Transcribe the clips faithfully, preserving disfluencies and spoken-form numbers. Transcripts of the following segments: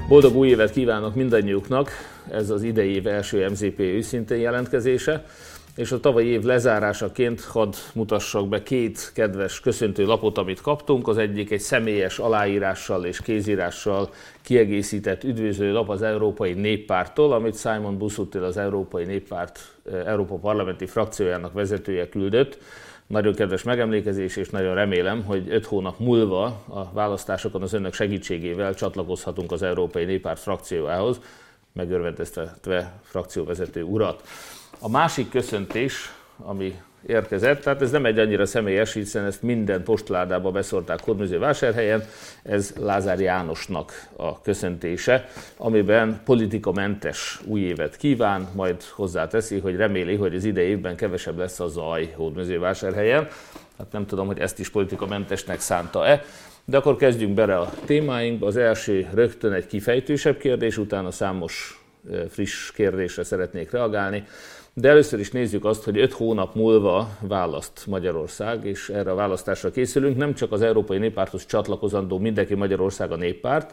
Boldog új évet kívánok mindannyiuknak, ez az idei év első em zé pé őszintén jelentkezése, és a tavalyi év lezárásaként hadd mutassak be két kedves köszöntő lapot, amit kaptunk. Az egyik egy személyes aláírással és kézírással kiegészített üdvözlő lap az Európai Néppárttól, amit Simon Busuttil, az Európai Néppárt Európa Parlamenti frakciójának vezetője küldött. Nagyon kedves megemlékezés, és nagyon remélem, hogy öt hónap múlva a választásokon az önök segítségével csatlakozhatunk az Európai Néppárt frakciójához, megörvendeztetve frakcióvezető urat. A másik köszöntés, ami érkezett, tehát ez nem egy annyira személyes, hiszen ezt minden postládába beszórták Hódmezővásárhelyen, ez Lázár Jánosnak a köszöntése, amiben politikamentes új évet kíván, majd hozzáteszi, hogy reméli, hogy az idei évben kevesebb lesz a zaj Hódmezővásárhelyen. Hát nem tudom, hogy ezt is politikamentesnek szánta-e, de akkor kezdjünk bele a témáinkba. Az első rögtön egy kifejtősebb kérdés, utána számos friss kérdésre szeretnék reagálni. De először is nézzük azt, hogy öt hónap múlva választ Magyarország, és erre a választásra készülünk. Nem csak az Európai Néppárthoz csatlakozandó Mindenki Magyarország a Néppárt,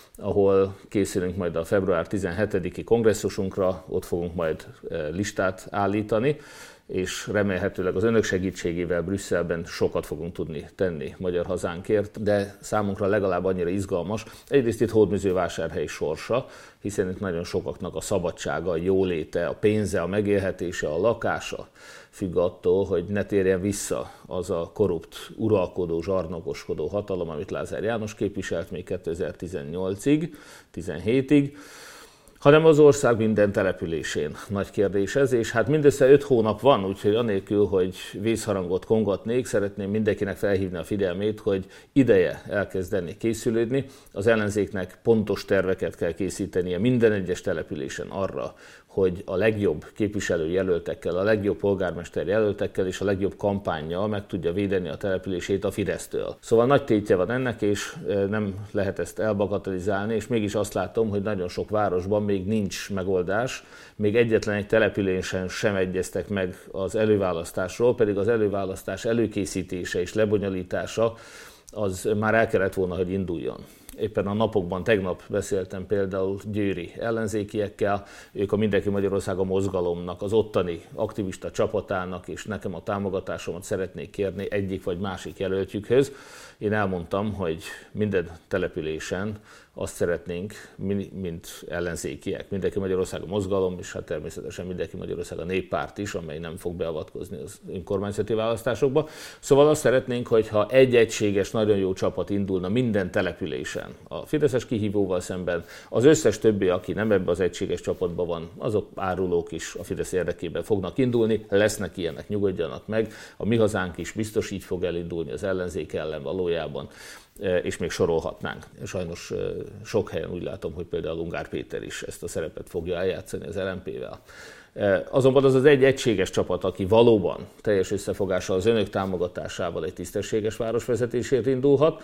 ahol készülünk majd a február tizenhetediki kongresszusunkra, ott fogunk majd listát állítani, és remélhetőleg az önök segítségével Brüsszelben sokat fogunk tudni tenni magyar hazánkért, de számunkra legalább annyira izgalmas. Egyrészt itt Hódmezővásárhely sorsa, hiszen itt nagyon sokaknak a szabadsága, a jóléte, a pénze, a megélhetése, a lakása függ attól, hogy ne térjen vissza az a korrupt, uralkodó, zsarnokoskodó hatalom, amit Lázár János képviselt még kétezer-tizennyolcig, tizenhétig, hanem az ország minden településén. Nagy kérdés ez, és hát mindössze öt hónap van, úgyhogy anélkül, hogy vészharangot kongatnék, szeretném mindenkinek felhívni a figyelmét, hogy ideje elkezdeni készülődni. Az ellenzéknek pontos terveket kell készítenie minden egyes településen arra, hogy a legjobb képviselőjelöltekkel, a legjobb polgármesterjelöltekkel és a legjobb kampánnyal meg tudja védeni a települését a Fidesztől. Szóval nagy tétje van ennek, és nem lehet ezt elbagatelizálni, és mégis azt látom, hogy nagyon sok városban még nincs megoldás, még egyetlen egy településen sem egyeztek meg az előválasztásról, pedig az előválasztás előkészítése és lebonyolítása az már el kellett volna, hogy induljon. Éppen a napokban, tegnap beszéltem például győri ellenzékiekkel, ők a Mindenki Magyarország a mozgalomnak, az ottani aktivista csapatának, és nekem a támogatásomat szeretnék kérni egyik vagy másik jelöltjükhöz. Én elmondtam, hogy minden településen azt szeretnénk, mint ellenzékiek, Mindenki Magyarország a mozgalom, és hát természetesen Mindenki Magyarország a Néppárt is, amely nem fog beavatkozni az önkormányzati választásokba. Szóval azt szeretnénk, hogyha egy egységes, nagyon jó csapat indulna minden településen a fideszes kihívóval szemben, az összes többi, aki nem ebbe az egységes csapatban van, azok árulók is a Fidesz érdekében fognak indulni, lesznek ilyenek, nyugodjanak meg, a Mi Hazánk is biztos így fog elindulni az ellenzék ellen valójában, és még sorolhatnánk. Sajnos sok helyen úgy látom, hogy például Ungár Péter is ezt a szerepet fogja eljátszani az el em pé-vel. Azonban az az egy egységes csapat, aki valóban teljes összefogással az önök támogatásával egy tisztességes városvezetésért indulhat,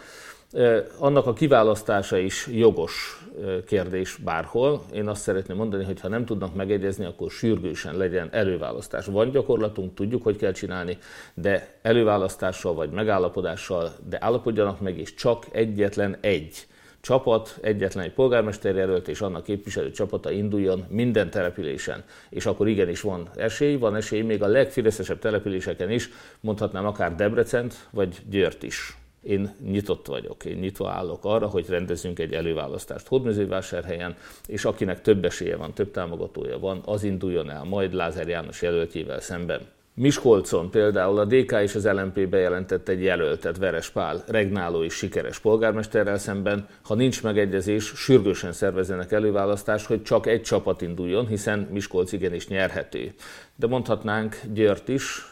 annak a kiválasztása is jogos kérdés bárhol. Én azt szeretném mondani, hogy ha nem tudnak megegyezni, akkor sürgősen legyen előválasztás. Van gyakorlatunk, tudjuk, hogy kell csinálni, de előválasztással vagy megállapodással, de állapodjanak meg, és csak egyetlen egy csapat, egyetlen egy polgármesterjelölt és annak képviselő csapata induljon minden településen. És akkor igenis van esély, van esély még a legfideszesebb településeken is, mondhatnám akár Debrecent vagy Győrt is. Én nyitott vagyok, én nyitva állok arra, hogy rendezzünk egy előválasztást Hódmezővásárhelyen, és akinek több esélye van, több támogatója van, az induljon el majd Lázár János jelöltjével szemben. Miskolcon például a dé ká és az el em pé bejelentett egy jelöltet, Veres Pál, regnáló és sikeres polgármesterrel szemben. Ha nincs megegyezés, sürgősen szervezzenek előválasztást, hogy csak egy csapat induljon, hiszen Miskolc igenis nyerhető. De mondhatnánk Győrt is.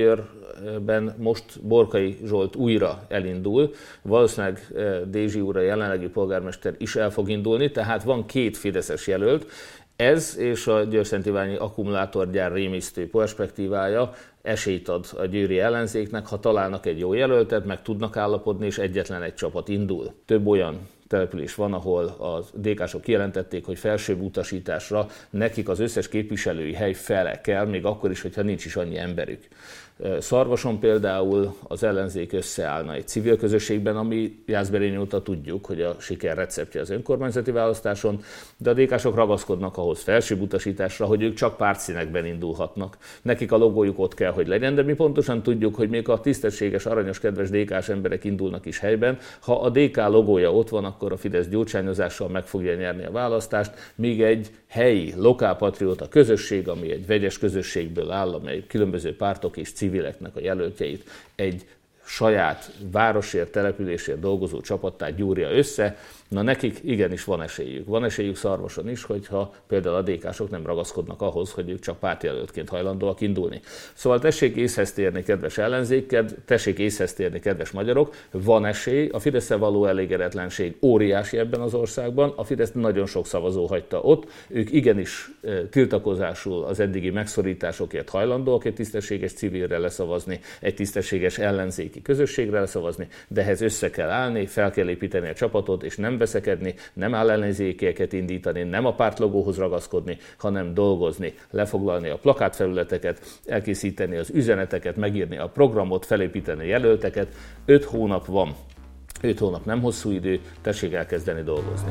Győrben most Borkai Zsolt újra elindul, valószínűleg Dézsi úr, a jelenlegi polgármester is el fog indulni, tehát van két fideszes jelölt. Ez és a győr-szentiványi akkumulátorgyár rémisztő perspektívája esélyt ad a győri ellenzéknek, ha találnak egy jó jelöltet, meg tudnak állapodni, és egyetlen egy csapat indul. Több olyan település van, ahol a dé ká-sok kijelentették, hogy felsőbb utasításra nekik az összes képviselői hely fele kell, még akkor is, hogyha nincs is annyi emberük. Szarvason például az ellenzék összeállna egy civil közösségben, ami Jászberény óta tudjuk, hogy a siker receptje az önkormányzati választáson, de a dé ká-sok ragaszkodnak ahhoz felsőbb utasításra, hogy ők csak pártszínekben indulhatnak. Nekik a logójuk ott kell, hogy legyen, de mi pontosan tudjuk, hogy még a tisztességes, aranyos, kedves dé ká-s emberek indulnak is helyben. Ha a dé ká logója ott van, akkor a Fidesz gyurcsányozással meg fogja nyerni a választást, míg egy helyi, lokálpatrióta közösség, ami egy vegyes közösségből áll, amely különböző pártok és civileknek a jelöltjeit egy saját városért, településért dolgozó csapattá gyúrja össze, na nekik igenis van esélyük. Van esélyük Szarvason is, hogyha például a dé ká-sok nem ragaszkodnak ahhoz, hogy ők csak pártjelöltként hajlandóak indulni. Szóval tessék észhez térni, kedves ellenzéked, tessék észhez térni, kedves magyarok, van esély, a Fidesz-szel való elégedetlenség óriási ebben az országban, a Fidesz nagyon sok szavazó hagyta ott, ők igenis tiltakozásul az eddigi megszorításokért hajlandóak egy tisztességes civilre leszavazni, egy tisztességes ellenzéki közösségre leszavazni, de ehhez össze kell állni, fel kell építeni a csapatot, és nem veszekedni, nem ellenzékieket indítani, nem a pártlogóhoz ragaszkodni, hanem dolgozni, lefoglalni a plakátfelületeket, elkészíteni az üzeneteket, megírni a programot, felépíteni a jelölteket. Öt hónap van. Öt hónap nem hosszú idő, tessék elkezdeni dolgozni.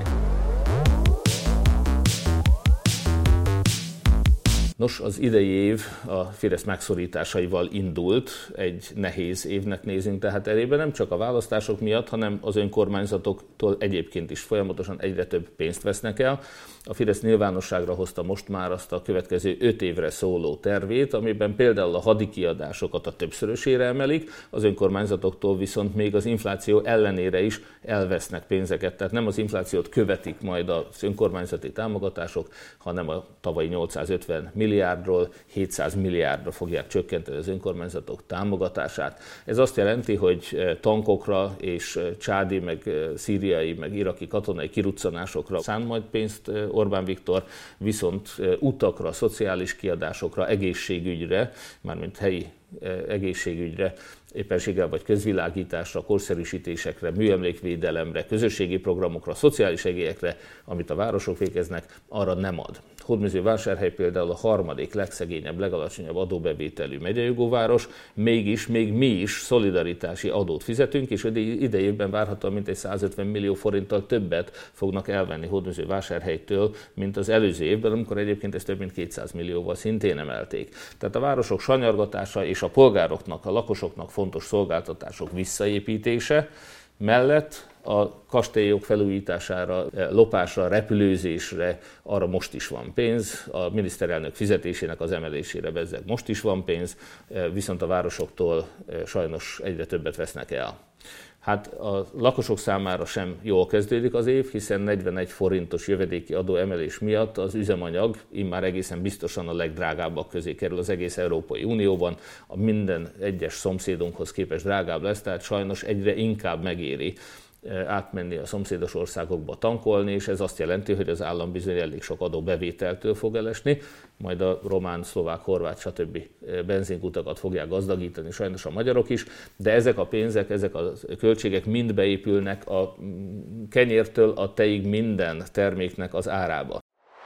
Nos, az idei év a Fidesz megszorításaival indult, egy nehéz évnek nézünk tehát elébe, nem csak a választások miatt, hanem az önkormányzatoktól egyébként is folyamatosan egyre több pénzt vesznek el. A Fidesz nyilvánosságra hozta most már azt a következő öt évre szóló tervét, amiben például a hadikiadásokat a többszörösére emelik, az önkormányzatoktól viszont még az infláció ellenére is elvesznek pénzeket. Tehát nem az inflációt követik majd az önkormányzati támogatások, hanem a tavalyi nyolcszázötven milliárdról hétszáz milliárdra fogják csökkenteni az önkormányzatok támogatását. Ez azt jelenti, hogy tankokra és csádi, meg szíriai, meg iraki katonai kiruccanásokra szán majd pénzt Orbán Viktor, viszont utakra, szociális kiadásokra, egészségügyre, mármint helyi egészségügyre, éppenséggel vagy közvilágításra, korszerűsítésekre, műemlékvédelemre, közösségi programokra, szociális segélyekre, amit a városok végeznek, arra nem ad. Hódmezővásárhely például a harmadik legszegényebb, legalacsonyabb adóbevételű megyejogóváros, mégis még mi is szolidaritási adót fizetünk, és idejében várhatóan mintegy százötven millió forinttal többet fognak elvenni Hódmezővásárhelytől, mint az előző évben, amikor egyébként ezt több mint kétszáz millióval szintén emelték. Tehát a városok sanyargatása és a polgároknak, a lakosoknak fontos szolgáltatások visszaépítése mellett a kastélyok felújítására, lopásra, repülőzésre, arra most is van pénz, a miniszterelnök fizetésének az emelésére bezzeg most is van pénz, viszont a városoktól sajnos egyre többet vesznek el. Hát a lakosok számára sem jól kezdődik az év, hiszen negyvenegy forintos jövedéki adó emelés miatt az üzemanyag immár egészen biztosan a legdrágábbak közé kerül az egész Európai Unióban. A minden egyes szomszédunkhoz képest drágább lesz, tehát sajnos egyre inkább megéri átmenni a szomszédos országokba tankolni, és ez azt jelenti, hogy az állam bizony elég sok adóbevételtől fog elesni, majd a román, szlovák, horvát, stb. Benzinkutakat fogják gazdagítani, sajnos a magyarok is, de ezek a pénzek, ezek a költségek mind beépülnek a kenyértől a tejig minden terméknek az árába.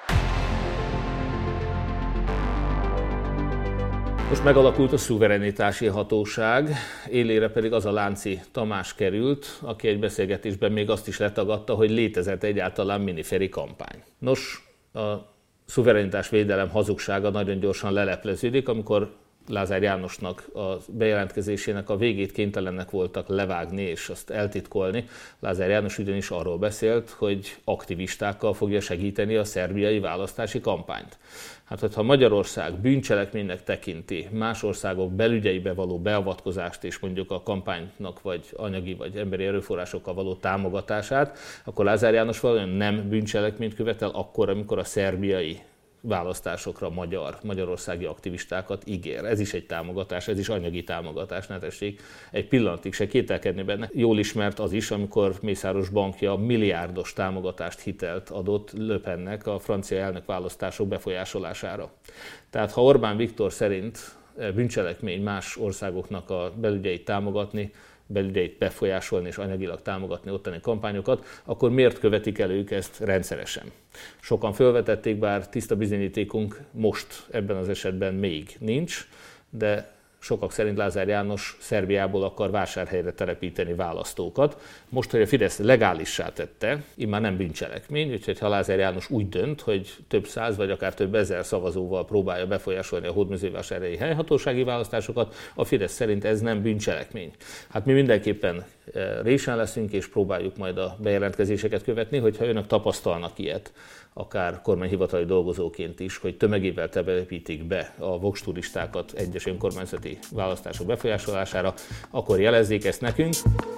Most megalakult a szuverenitási hatóság, élére pedig az a Lánci Tamás került, aki egy beszélgetésben még azt is letagadta, hogy létezett egyáltalán miniferi kampány. Nos, a szuverenitásvédelem hazugsága nagyon gyorsan lelepleződik, amikor Lázár Jánosnak a bejelentkezésének a végét kénytelenek voltak levágni és azt eltitkolni. Lázár János ugyanis arról beszélt, hogy aktivistákkal fogja segíteni a szerbiai választási kampányt. Hát, hogyha Magyarország bűncselekménynek tekinti más országok belügyeibe való beavatkozást és mondjuk a kampánynak vagy anyagi vagy emberi erőforrásokkal való támogatását, akkor Lázár János valójában nem bűncselekményt követel akkor, amikor a szerbiai választásokra magyar, magyarországi aktivistákat ígér. Ez is egy támogatás, ez is anyagi támogatás, ne tessék egy pillanatig se kételkedni benne. Jól ismert az is, amikor Mészáros bankja milliárdos támogatást, hitelt adott Le Pennek a francia elnökválasztások befolyásolására. Tehát ha Orbán Viktor szerint bűncselekmény más országoknak a belügyeit támogatni, belügyeit befolyásolni és anyagilag támogatni ottani kampányokat, akkor miért követik el ők ezt rendszeresen? Sokan felvetették, bár tiszta bizonyítékunk most ebben az esetben még nincs, de sokak szerint Lázár János Szerbiából akar Vásárhelyre telepíteni választókat. Most, hogy a Fidesz legálissá tette, immár nem bűncselekmény, úgyhogy ha Lázár János úgy dönt, hogy több száz vagy akár több ezer szavazóval próbálja befolyásolni a hódmezővásárhelyi helyhatósági választásokat, a Fidesz szerint ez nem bűncselekmény. Hát mi mindenképpen résen leszünk, és próbáljuk majd a bejelentkezéseket követni, hogyha önök tapasztalnak ilyet, akár kormányhivatali dolgozóként is, hogy tömegével telepítik be a vox turistákat egyes önkormányzati választások befolyásolására, akkor jelezzék ezt nekünk.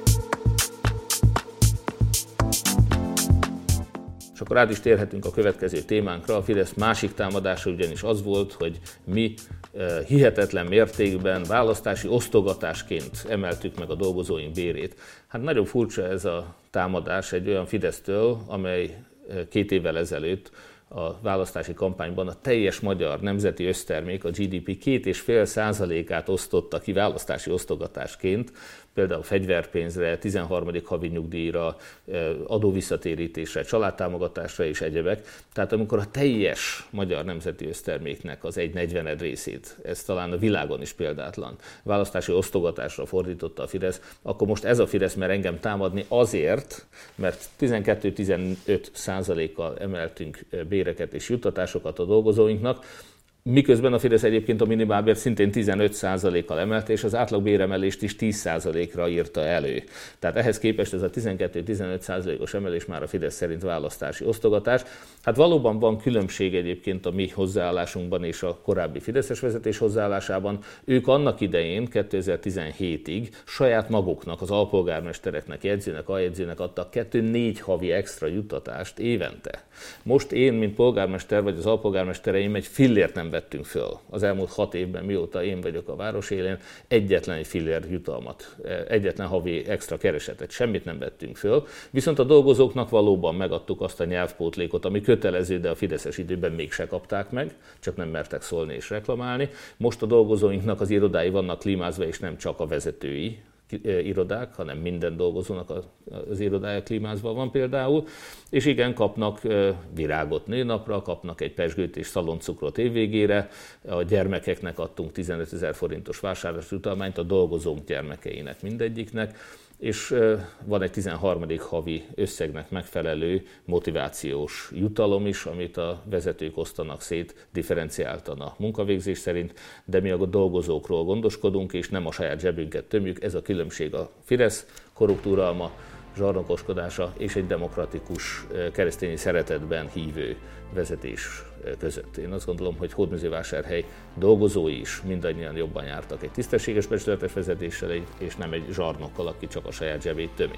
És akkor át is térhetünk a következő témánkra. A Fidesz másik támadása ugyanis az volt, hogy mi hihetetlen mértékben választási osztogatásként emeltük meg a dolgozóink bérét. Hát nagyon furcsa ez a támadás egy olyan Fidesztől, amely két évvel ezelőtt a választási kampányban a teljes magyar nemzeti össztermék, a gé dé pé két egész öt százalékát osztotta ki választási osztogatásként, például fegyverpénzre, tizenharmadik havi nyugdíjra, adóvisszatérítésre, családtámogatásra és egyebek. Tehát amikor a teljes magyar nemzeti összterméknek az egy negyvened részét, ez talán a világon is példátlan, választási osztogatásra fordította a Fidesz, akkor most ez a Fidesz mer engem támadni azért, mert tizenkettő-tizenöt százalékkal emeltünk béreket és juttatásokat a dolgozóinknak, miközben a Fidesz egyébként a minimálbért szintén tizenöt százalékkal emelte, és az átlagbéremelést is tíz százalékra írta elő. Tehát ehhez képest ez a tizenkettő-tizenöt százalékos emelés már a Fidesz szerint választási osztogatás. Hát valóban van különbség egyébként a mi hozzáállásunkban és a korábbi fideszes vezetés hozzáállásában. Ők annak idején, kétezer-tizenhétig saját maguknak, az alpolgármestereknek, jegyzőnek, aljegyzőnek adtak kettő-négy havi extra juttatást évente. Most én, mint polgármester vagy az alpolgármestereim egy fillért nem vettünk föl. Az elmúlt hat évben, mióta én vagyok a város élén, egyetlen egy fillér jutalmat, egyetlen havi extra keresetet, semmit nem vettünk föl. Viszont a dolgozóknak valóban megadtuk azt a nyelvpótlékot, ami kötelező, de a fideszes időben mégse kapták meg, csak nem mertek szólni és reklamálni. Most a dolgozóinknak az irodái vannak klímázva, és nem csak a vezetői irodák, hanem minden dolgozónak az irodája klímázva van például, és igen, kapnak virágot nőnapra, kapnak egy pezsgőt és szaloncukrot évvégére, a gyermekeknek adtunk tizenötezer forintos vásárlási jutalmányt, a dolgozónk gyermekeinek mindegyiknek, és van egy tizenharmadik havi összegnek megfelelő motivációs jutalom is, amit a vezetők osztanak szét differenciáltan a munkavégzés szerint, de mi a dolgozókról gondoskodunk, és nem a saját zsebünket tömjük. Ez a különbség a Fidesz korrupt uralma, zsarnokoskodása és egy demokratikus, keresztényi szeretetben hívő vezetés között. Én azt gondolom, hogy Hódmezővásárhely dolgozói is mindannyian jobban jártak egy tisztességes, becsületes vezetéssel, és nem egy zsarnokkal, aki csak a saját zsebét tömi.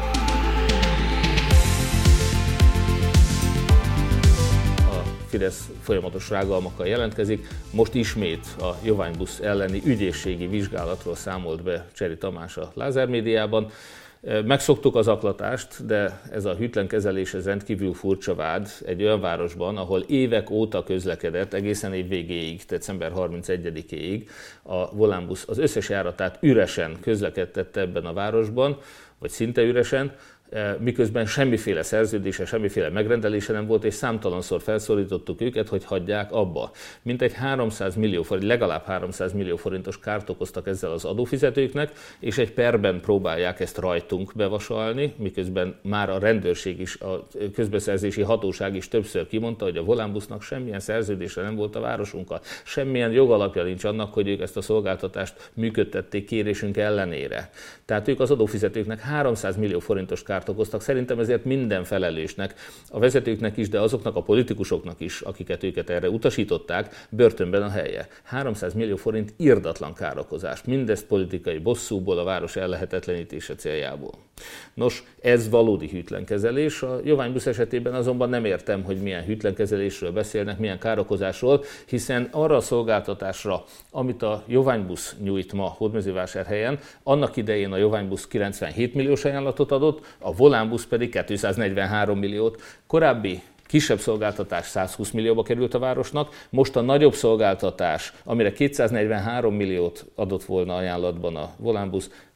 A Fidesz folyamatos rágalmakkal jelentkezik. Most ismét a Joványbusz elleni ügyészségi vizsgálatról számolt be Cseri Tamás a Lázár médiában. Megszoktuk az zaklatást, de ez a hűtlen kezelés, ez rendkívül furcsa vád egy olyan városban, ahol évek óta közlekedett, egészen év végéig, december harmincegyedikéig a Volánbusz az összes járatát üresen közlekedtette ebben a városban, vagy szinte üresen, miközben semmiféle szerződése, semmiféle megrendelése nem volt, és számtalanszor felszólítottuk őket, hogy hagyják abba. Mintegy háromszáz millió forint, legalább háromszáz millió forintos kárt okoztak ezzel az adófizetőknek, és egy perben próbálják ezt rajtunk bevasalni, miközben már a rendőrség is, a közbeszerzési hatóság is többször kimondta, hogy a Volánbusznak semmilyen szerződése nem volt a városunkkal, semmilyen jogalapja nincs annak, hogy ők ezt a szolgáltatást működtették kérésünk ellenére. Tehát ők az adófizetőknek háromszáz millió forintos kárt okoztak. Szerintem ezért minden felelősnek, a vezetőknek is, de azoknak a politikusoknak is, akiket őket erre utasították, börtönben a helye. háromszáz millió forint irdatlan károkozást, mindezt politikai bosszúból, a város ellehetetlenítése céljából. Nos, ez valódi hűtlenkezelés. A Joványbusz esetében azonban nem értem, hogy milyen hűtlenkezelésről beszélnek, milyen károkozásról, hiszen arra a szolgáltatásra, amit a Joványbusz nyújt ma Hódmezővásárhelyen, annak idején a Joványbusz kilencvenhét milliós ajánlatot adott, a Volánbusz pedig kétszáznegyvenhárom milliót. Korábbi kisebb szolgáltatás százhúsz millióba került a városnak, most a nagyobb szolgáltatás, amire kétszáznegyvenhárom milliót adott volna ajánlatban a Volánbusz,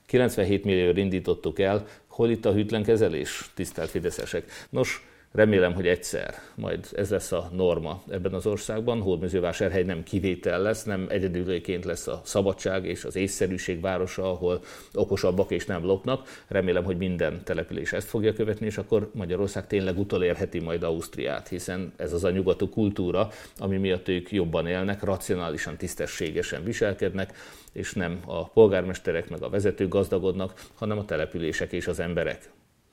kilencvenhét millióra indítottuk el, hol itt a hűtlen kezelés, tisztelt fideszesek? Nos, remélem, hogy egyszer majd ez lesz a norma ebben az országban. Hódmezővásárhely nem kivétel lesz, nem egyedüléként lesz a szabadság és az észszerűség városa, ahol okosabbak és nem lopnak. Remélem, hogy minden település ezt fogja követni, és akkor Magyarország tényleg utolérheti majd Ausztriát, hiszen ez az a nyugati kultúra, ami miatt ők jobban élnek, racionálisan, tisztességesen viselkednek, és nem a polgármesterek meg a vezetők gazdagodnak, hanem a települések és az emberek.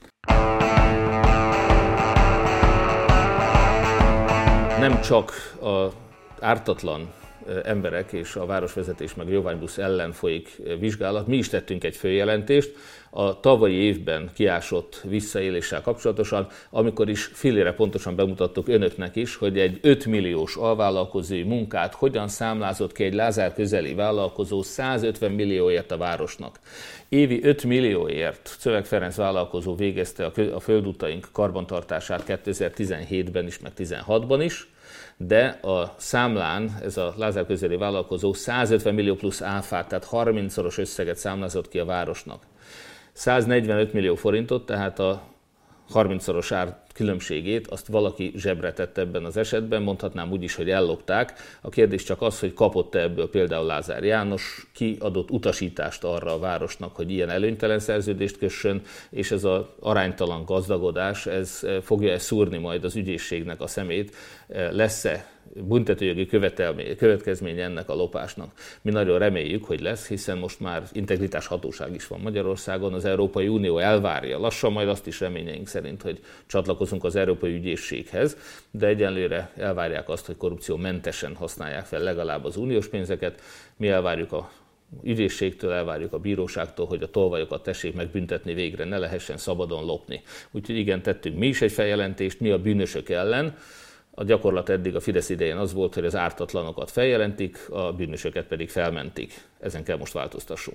Nem csak az ártatlan emberek és a városvezetés meg a Joványbusz ellen folyik vizsgálat, mi is tettünk egy följelentést a tavalyi évben kiásott visszaéléssel kapcsolatosan, amikor is fillére pontosan bemutattuk önöknek is, hogy egy öt milliós alvállalkozói munkát hogyan számlázott ki egy Lázár közeli vállalkozó százötven millióért a városnak. Évi öt millióért Czövek Ferenc vállalkozó végezte a földutaink karbantartását kétezer-tizenhétben is, meg tizenhatban is, de a számlán ez a Lázár közeli vállalkozó százötven millió plusz áfát, tehát harmincszoros összeget számlázott ki a városnak. száznegyvenöt millió forintot, tehát a harmincszoros ár különbségét, azt valaki zsebre tett ebben az esetben, mondhatnám úgy is, hogy ellopták. A kérdés csak az, hogy kapott-e ebből például Lázár János, ki adott utasítást arra a városnak, hogy ilyen előnytelen szerződést kössön, és ez az aránytalan gazdagodás, ez fogja-e szúrni majd az ügyészségnek a szemét, lesz-e büntetőjogi következménye ennek a lopásnak. Mi nagyon reméljük, hogy lesz, hiszen most már integritás hatóság is van Magyarországon, az Európai Unió elvárja, lassan majd azt is reményeink szerint, hogy csatlakozunk az Európai Ügyészséghez, de egyenlőre elvárják azt, hogy korrupciómentesen használják fel legalább az uniós pénzeket. Mi elvárjuk a ügyészségtől, elvárjuk a bíróságtól, hogy a tolvajokat tessék megbüntetni végre, ne lehessen szabadon lopni. Úgyhogy igen, tettünk mi is egy feljelentést, mi a bűnösök ellen. A gyakorlat eddig a Fidesz idején az volt, hogy az ártatlanokat feljelentik, a bűnösöket pedig felmentik. Ezen kell most változtassunk.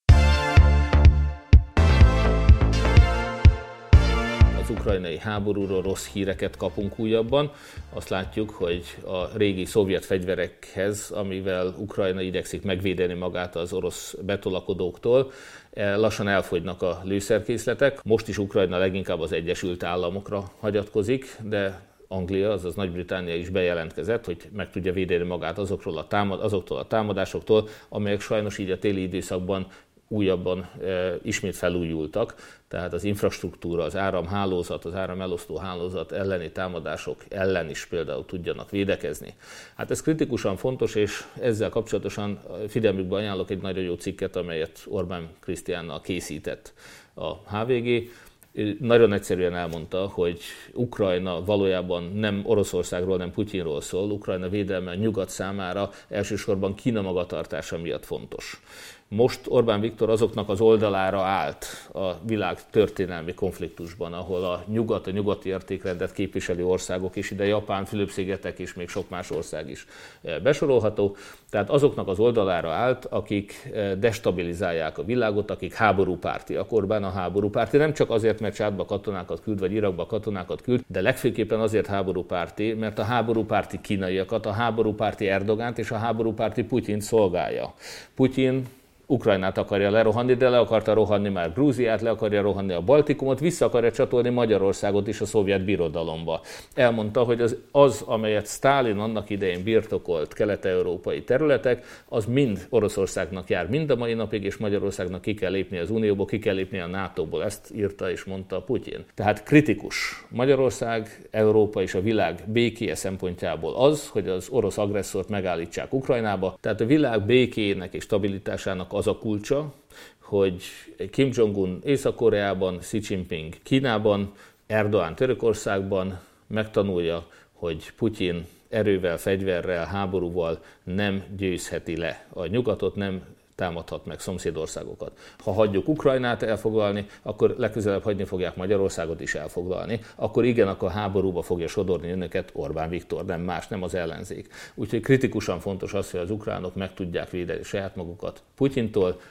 Az ukrajnai háborúról rossz híreket kapunk újabban. Azt látjuk, hogy a régi szovjet fegyverekhez, amivel Ukrajna igyekszik megvédeni magát az orosz betolakodóktól, lassan elfogynak a lőszerkészletek. Most is Ukrajna leginkább az Egyesült Államokra hagyatkozik, de Anglia, azaz Nagy-Britannia is bejelentkezett, hogy meg tudja védeni magát azokról a támad, azoktól a támadásoktól, amelyek sajnos így a téli időszakban újabban e, ismét felújultak. Tehát az infrastruktúra, az áramhálózat, az áramelosztó hálózat elleni támadások ellen is például tudjanak védekezni. Hát ez kritikusan fontos, és ezzel kapcsolatosan figyelmükbe ajánlok egy nagyon jó cikket, amelyet Orbán Krisztiánnal készített a há vé gé. Nagyon egyszerűen elmondta, hogy Ukrajna valójában nem Oroszországról, nem Putyinról szól. Ukrajna védelme a nyugat számára elsősorban Kína magatartása miatt fontos. Most Orbán Viktor azoknak az oldalára állt a világ történelmi konfliktusban, ahol a nyugat, a nyugati értékrendet képviselő országok is, ide Japán, Fülöp-szigetek és még sok más ország is besorolható. Tehát azoknak az oldalára állt, akik destabilizálják a világot, akik háborúpártiak. Orbán a háborúpárti, nem csak azért, mert Csádba katonákat küld, vagy Irakba katonákat küld, de legfőképpen azért háborúpárti, mert a háborúpárti kínaiakat, a háborúpárti Erdogánt és a háborúpárti Putyint szolgálja. Putyin Ukrajnát akarja lerohanni, de le akarta rohanni már Grúziát, le akarja rohanni a Baltikumot, vissza akarja csatolni Magyarországot is a szovjet birodalomba. Elmondta, hogy az, az amelyet Sztálin annak idején birtokolt kelet-európai területek, az mind Oroszországnak jár mind a mai napig, és Magyarországnak ki kell lépni az Unióból, ki kell lépni a nátóból. Ezt írta és mondta Putyin. Tehát kritikus Magyarország, Európa és a világ békéje szempontjából az, hogy az orosz agresszort megállítsák Ukrajnába. Tehát a világ békéjének és stabilitásának az a kulcsa, hogy Kim Jong-un Észak-Koreában, Xi Jinping Kínában, Erdoğan Törökországban megtanulja, hogy Putyin erővel, fegyverrel, háborúval nem győzheti le a nyugatot, nem támadhat meg szomszédországokat. Ha hagyjuk Ukrajnát elfoglalni, akkor legközelebb hagyni fogják Magyarországot is elfoglalni, akkor igen, akkor a háborúba fogja sodorni önöket Orbán Viktor, nem más, nem az ellenzék. Úgyhogy kritikusan fontos az, hogy az ukránok meg tudják védeni saját magukat Putyintól,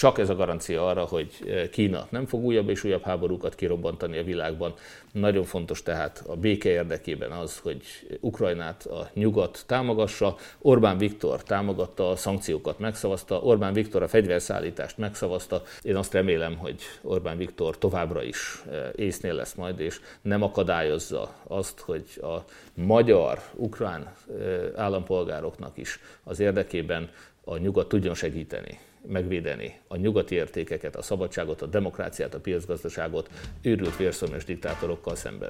Csak ez a garancia arra, hogy Kína nem fog újabb és újabb háborúkat kirobbantani a világban. Nagyon fontos tehát a béke érdekében az, hogy Ukrajnát a nyugat támogassa. Orbán Viktor támogatta, a szankciókat megszavazta, Orbán Viktor a fegyverszállítást megszavazta. Én azt remélem, hogy Orbán Viktor továbbra is észnél lesz majd, és nem akadályozza azt, hogy a magyar, ukrán állampolgároknak is az érdekében a nyugat tudjon segíteni, megvédeni a nyugati értékeket, a szabadságot, a demokráciát, a piacgazdaságot őrült vérszomjas diktátorokkal szemben.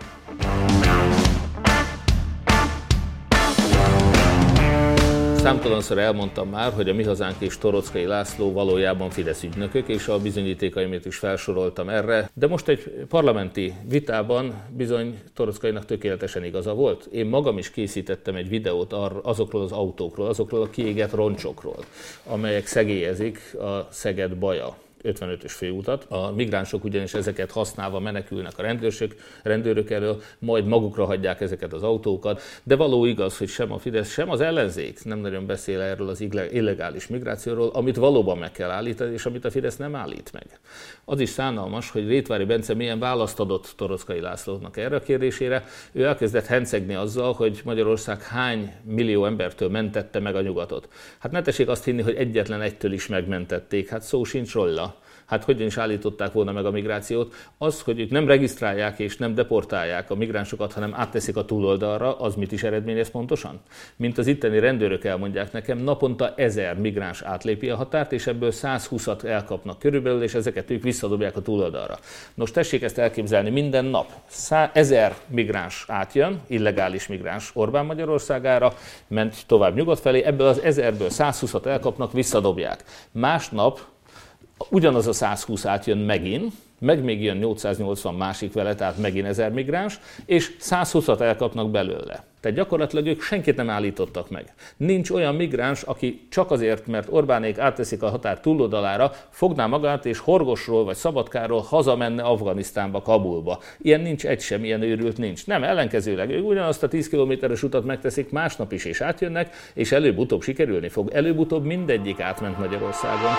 Számtalanszor elmondtam már, hogy a Mi Hazánk és Toroczkai László valójában Fidesz ügynökök, és a bizonyítékaimat is felsoroltam erre. De most egy parlamenti vitában bizony Toroczkainak tökéletesen igaza volt. Én magam is készítettem egy videót azokról az autókról, azokról a kiégett roncsokról, amelyek szegélyezik a Szeged-Baja ötvenötös főutat. A migránsok ugyanis ezeket használva menekülnek a rendőrség, rendőrök elől, majd magukra hagyják ezeket az autókat, de való igaz, hogy sem a Fidesz, sem az ellenzék nem nagyon beszél erről az illegális migrációról, amit valóban meg kell állítani, és amit a Fidesz nem állít meg. Az is szánalmas, hogy Rétvári Bence milyen választ adott Toroczkai Lászlónak erre a kérdésére. Ő elkezdett hencegni azzal, hogy Magyarország hány millió embertől mentette meg a nyugatot. Hát ne tessék azt hinni, hogy egyetlen egytől is megmentették, hát szó sincs róla. Hát hogyan is állították volna meg a migrációt? Az, hogy ők nem regisztrálják és nem deportálják a migránsokat, hanem átteszik a túloldalra, az mit is eredményez pontosan? Mint az itteni rendőrök elmondják nekem, naponta ezer migráns átlépi a határt, és ebből százhúszat elkapnak körülbelül, és ezeket ők visszadobják a túloldalra. Nos, tessék ezt elképzelni, minden nap ezer migráns átjön, illegális migráns Orbán Magyarországára, ment tovább nyugat felé, ebből az ezerből százhúszat elkapnak, visszadobják. Másnap ugyanaz a százhúsz átjön megint, meg még jön nyolcszáznyolcvan másik vele, tehát megint ezer migráns, és százhúszat elkapnak belőle. Tehát gyakorlatilag ők senkit nem állítottak meg. Nincs olyan migráns, aki csak azért, mert Orbánék átteszik a határ túloldalára, fogná magát és Horgosról vagy Szabadkáról hazamenne Afganisztánba, Kabulba. Ilyen nincs egy sem, ilyen őrült nincs. Nem, ellenkezőleg ők ugyanazt a tíz kilométeres utat megteszik másnap is, és átjönnek, és előbb-utóbb sikerülni fog. Előbb-utóbb mindegyik átment Magyarországon.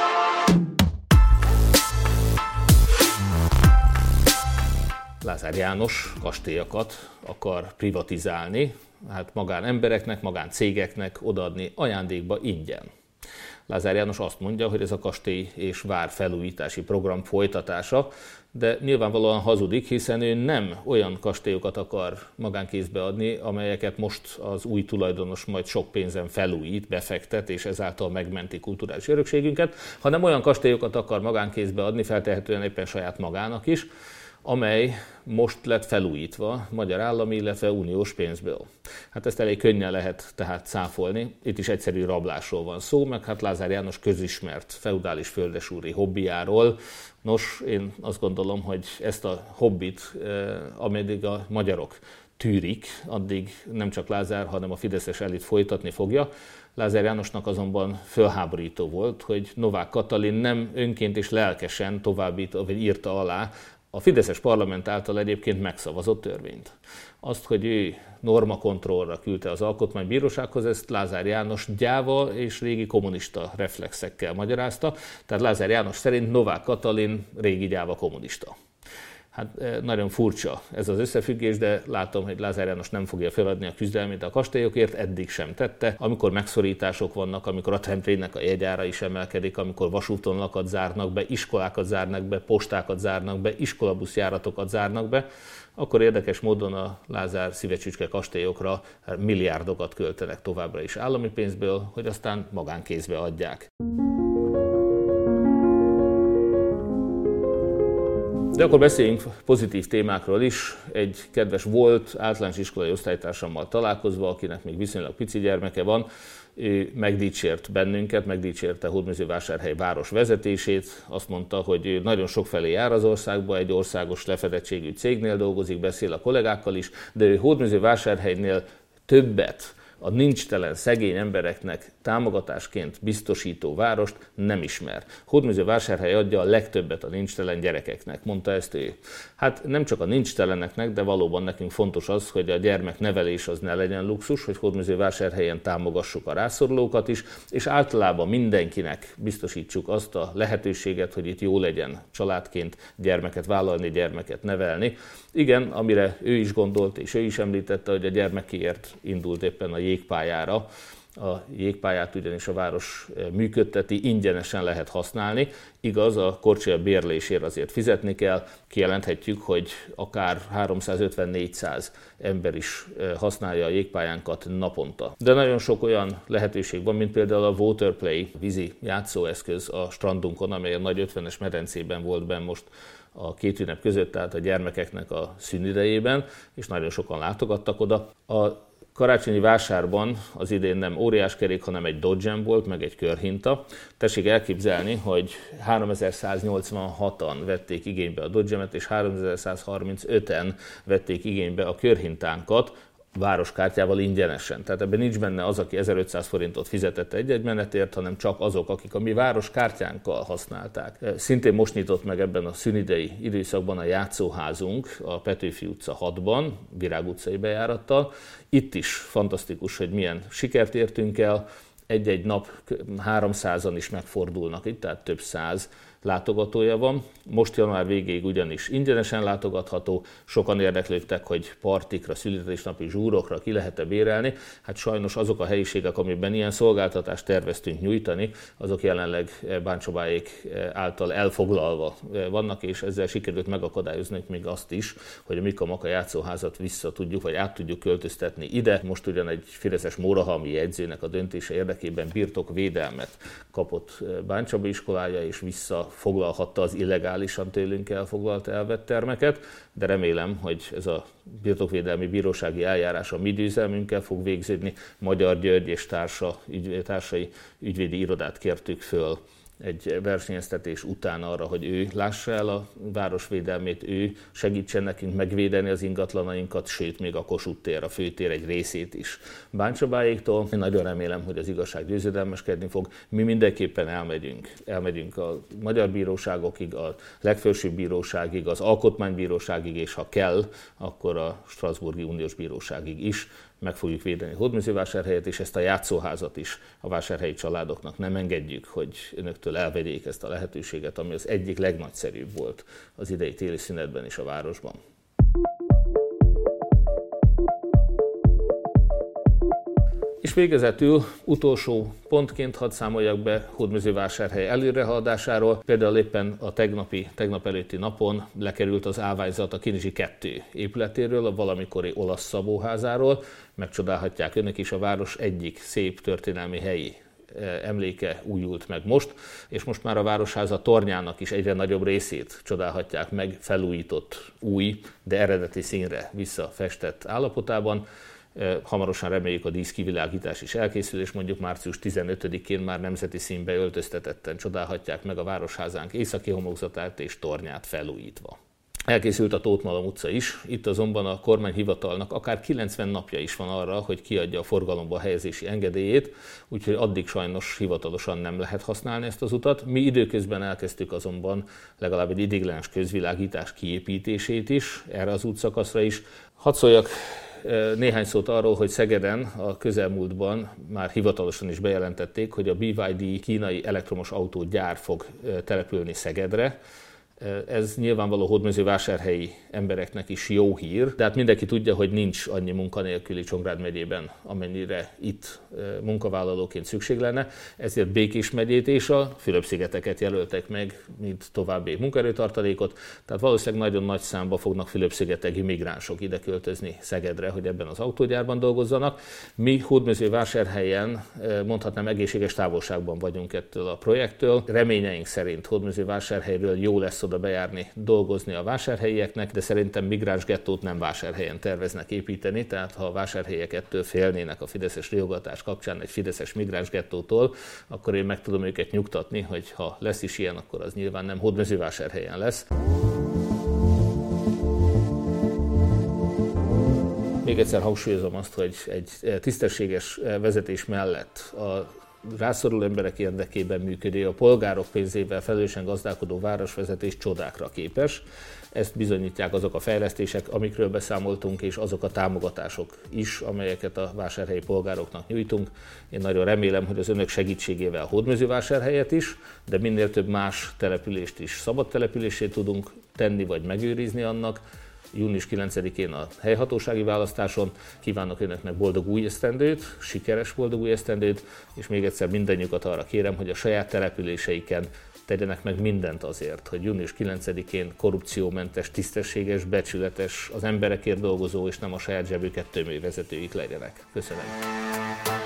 Lázár János kastélyokat akar privatizálni, hát magánembereknek, magáncégeknek odaadni ajándékba ingyen. Lázár János azt mondja, hogy ez a kastély és vár felújítási program folytatása, de nyilvánvalóan hazudik, hiszen ő nem olyan kastélyokat akar magánkézbe adni, amelyeket most az új tulajdonos majd sok pénzen felújít, befektet, és ezáltal megmenti kulturális örökségünket, hanem olyan kastélyokat akar magánkézbe adni, feltehetően éppen saját magának is, amely most lett felújítva magyar állami, illetve uniós pénzből. Hát ezt elég könnyen lehet tehát cáfolni. Itt is egyszerű rablásról van szó, meg hát Lázár János közismert feudális földesúri hobbiáról. Nos, én azt gondolom, hogy ezt a hobbit, ameddig a magyarok tűrik, addig nem csak Lázár, hanem a fideszes elit folytatni fogja. Lázár Jánosnak azonban fölháborító volt, hogy Novák Katalin nem önként és lelkesen továbbít, vagy írta alá a fideszes parlament által egyébként megszavazott törvényt. Azt, hogy ő normakontrollra küldte az alkotmánybírósághoz, ezt Lázár János gyáva és régi kommunista reflexekkel magyarázta, tehát Lázár János szerint Novák Katalin régi gyáva kommunista. Hát nagyon furcsa ez az összefüggés, de látom, hogy Lázár János nem fogja feladni a küzdelmét a kastélyokért, eddig sem tette. Amikor megszorítások vannak, amikor a templénynek a jegyára is emelkedik, amikor vasútvonalakat zárnak be, iskolákat zárnak be, postákat zárnak be, iskolabuszjáratokat zárnak be, akkor érdekes módon a Lázár szívecsücske kastélyokra milliárdokat költenek továbbra is állami pénzből, hogy aztán magánkézbe adják. De akkor beszéljünk pozitív témákról is. Egy kedves volt általános iskolai osztálytársammal találkozva, akinek még viszonylag pici gyermeke van, ő megdicsért bennünket, megdicsérte Hódmezővásárhely város vezetését, azt mondta, hogy ő nagyon sokfelé jár az országba, egy országos lefedettségű cégnél dolgozik, beszél a kollégákkal is, de ő Hódmezővásárhelynél többet a nincstelen szegény embereknek támogatásként biztosító várost nem ismer. Hódmezővásárhely adja a legtöbbet a nincstelen gyerekeknek, mondta ezt ő. Hát nem csak a nincsteleneknek, de valóban nekünk fontos az, hogy a gyermeknevelés az ne legyen luxus, hogy Hódmezővásárhelyen támogassuk a rászorulókat is, és általában mindenkinek biztosítsuk azt a lehetőséget, hogy itt jó legyen családként gyermeket vállalni, gyermeket nevelni. Igen, amire ő is gondolt, és ő is említette, hogy a gyermekéért indult éppen a jégpályára. A jégpályát ugyanis a város működteti, ingyenesen lehet használni. Igaz, a korcsolya bérlésért azért fizetni kell. Kijelenthetjük, hogy akár háromszázötven-négyszáz ember is használja a jégpályánkat naponta. De nagyon sok olyan lehetőség van, mint például a Waterplay, vízi játszóeszköz a strandunkon, amely a nagy ötvenes medencében volt benn most a két ünnep között, tehát a gyermekeknek a szünidejében, és nagyon sokan látogattak oda. A karácsonyi vásárban az idén nem óriáskerék, hanem egy Dodge-em volt, meg egy körhinta. Tessék elképzelni, hogy háromezer-száznyolcvanhatan vették igénybe a Dodge-emet, és háromezer-százharmincöten vették igénybe a körhintánkat, városkártyával ingyenesen. Tehát ebben nincs benne az, aki ezerötszáz forintot fizetett egy-egy menetért, hanem csak azok, akik a mi városkártyánkkal használták. Szintén most nyitott meg ebben a szünidei időszakban a játszóházunk a Petőfi utca hatban, Virág utcai bejárattal. Itt is fantasztikus, hogy milyen sikert értünk el. Egy-egy nap háromszázan is megfordulnak itt, tehát több száz látogatója van. Most január végéig ugyanis ingyenesen látogatható, sokan érdeklődtek, hogy partikra, születésnapi zsúrokra ki lehet-e bérelni. Hát sajnos azok a helyiségek, amiben ilyen szolgáltatást terveztünk nyújtani, azok jelenleg Báncsobáék által elfoglalva vannak, és ezzel sikerült megakadályozni még azt is, hogy a Mika Maka játszóházat vissza tudjuk, vagy át tudjuk költöztetni ide. Most ugyan egy fideszes mórahalmi jegyzőnek a döntése érdekében birtokvédelmet kapott Báncsaba iskolája, és vissza foglalhatta az illegálisan tőlünk elfoglalt elvett termeket, de remélem, hogy ez a birtokvédelmi bírósági eljárás a mi győzelmünkkel fog végződni. Magyar György és társa, ügy, társai ügyvédi irodát kértük föl egy versenyeztetés után arra, hogy ő lássa el a városvédelmét, ő segítsen nekünk megvédeni az ingatlanainkat, sőt, még a Kossuth tér, a főtér egy részét is Báncsobáéktól. Én nagyon remélem, hogy az igazság győzedelmeskedni fog. Mi mindenképpen elmegyünk. Elmegyünk a magyar bíróságokig, a legfelsőbb bíróságig, az alkotmánybíróságig, és ha kell, akkor a Strasbourgi Uniós Bíróságig is. Meg fogjuk védeni Hódmezővásárhelyet, és ezt a játszóházat is a vásárhelyi családoknak nem engedjük, hogy önöktől elvegyék ezt a lehetőséget, ami az egyik legnagyszerűbb volt az idei téli szünetben is a városban. És végezetül utolsó pontként hadd számoljak be Hódmezővásárhely előrehaladásáról. Például éppen a tegnapi, tegnap előtti napon lekerült az állványzat a Kinizsi kettő épületéről, a valamikori olasz szabóházáról. Megcsodálhatják önök is, a város egyik szép történelmi helyi emléke újult meg most, és most már a Városháza tornyának is egyre nagyobb részét csodálhatják meg felújított, új, de eredeti színre visszafestett állapotában. Hamarosan reméljük a díszkivilágítás is elkészül, és mondjuk március tizenötödikén már nemzeti színbe öltöztetetten csodálhatják meg a Városházánk északi homlokzatát és tornyát felújítva. Elkészült a Tóth Malom utca is, itt azonban a kormányhivatalnak akár kilencven napja is van arra, hogy kiadja a forgalomba helyezési engedélyét, úgyhogy addig sajnos hivatalosan nem lehet használni ezt az utat. Mi időközben elkezdtük azonban legalább egy ideiglenes közvilágítás kiépítését is, erre az útszakaszra is. Hadd szóljak néhány szót arról, hogy Szegeden a közelmúltban már hivatalosan is bejelentették, hogy a bé vé dé kínai elektromos autógyár fog települni Szegedre. Ez nyilvánvaló hódmezővásárhelyi embereknek is jó hír, de hát mindenki tudja, hogy nincs annyi munkanélküli Csongrád megyében, amennyire itt munkavállalóként szükség lenne. Ezért Békés megyét és a Fülöp-szigeteket jelöltek meg, mint további munkaerőtartalékot. Tehát valószínűleg nagyon nagy számba fognak fülöp-szigeteki migránsok ide költözni Szegedre, hogy ebben az autógyárban dolgozzanak. Mi Hódmezővásárhelyen mondhatnám egészséges távolságban vagyunk ettől a projektől. Reményeink szerint Hódmezővásárhelyről jó lesz oda bejárni, dolgozni a vásárhelyieknek, de szerintem migráns gettót nem Vásárhelyen terveznek építeni, tehát ha a vásárhelyiek ettől félnének a fideszes riogatás kapcsán egy fideszes migráns gettótól, akkor én meg tudom őket nyugtatni, hogy ha lesz is ilyen, akkor az nyilván nem Hódmezővásárhelyen lesz. Még egyszer hangsúlyozom azt, hogy egy tisztességes vezetés mellett a rászoruló emberek érdekében működő, a polgárok pénzével felelősen gazdálkodó városvezetés csodákra képes. Ezt bizonyítják azok a fejlesztések, amikről beszámoltunk, és azok a támogatások is, amelyeket a vásárhelyi polgároknak nyújtunk. Én nagyon remélem, hogy az önök segítségével Hódmezővásárhelyet is, de minél több más települést is szabad településé tudunk tenni, vagy megőrizni annak. június kilencedikén a helyhatósági választáson kívánok önöknek boldog új esztendőt, sikeres boldog új esztendőt, és még egyszer mindannyiukat arra kérem, hogy a saját településeiken tegyenek meg mindent azért, hogy június kilencedikén korrupciómentes, tisztességes, becsületes, az emberekért dolgozó és nem a saját zsebüket tömő vezetőik legyenek. Köszönöm.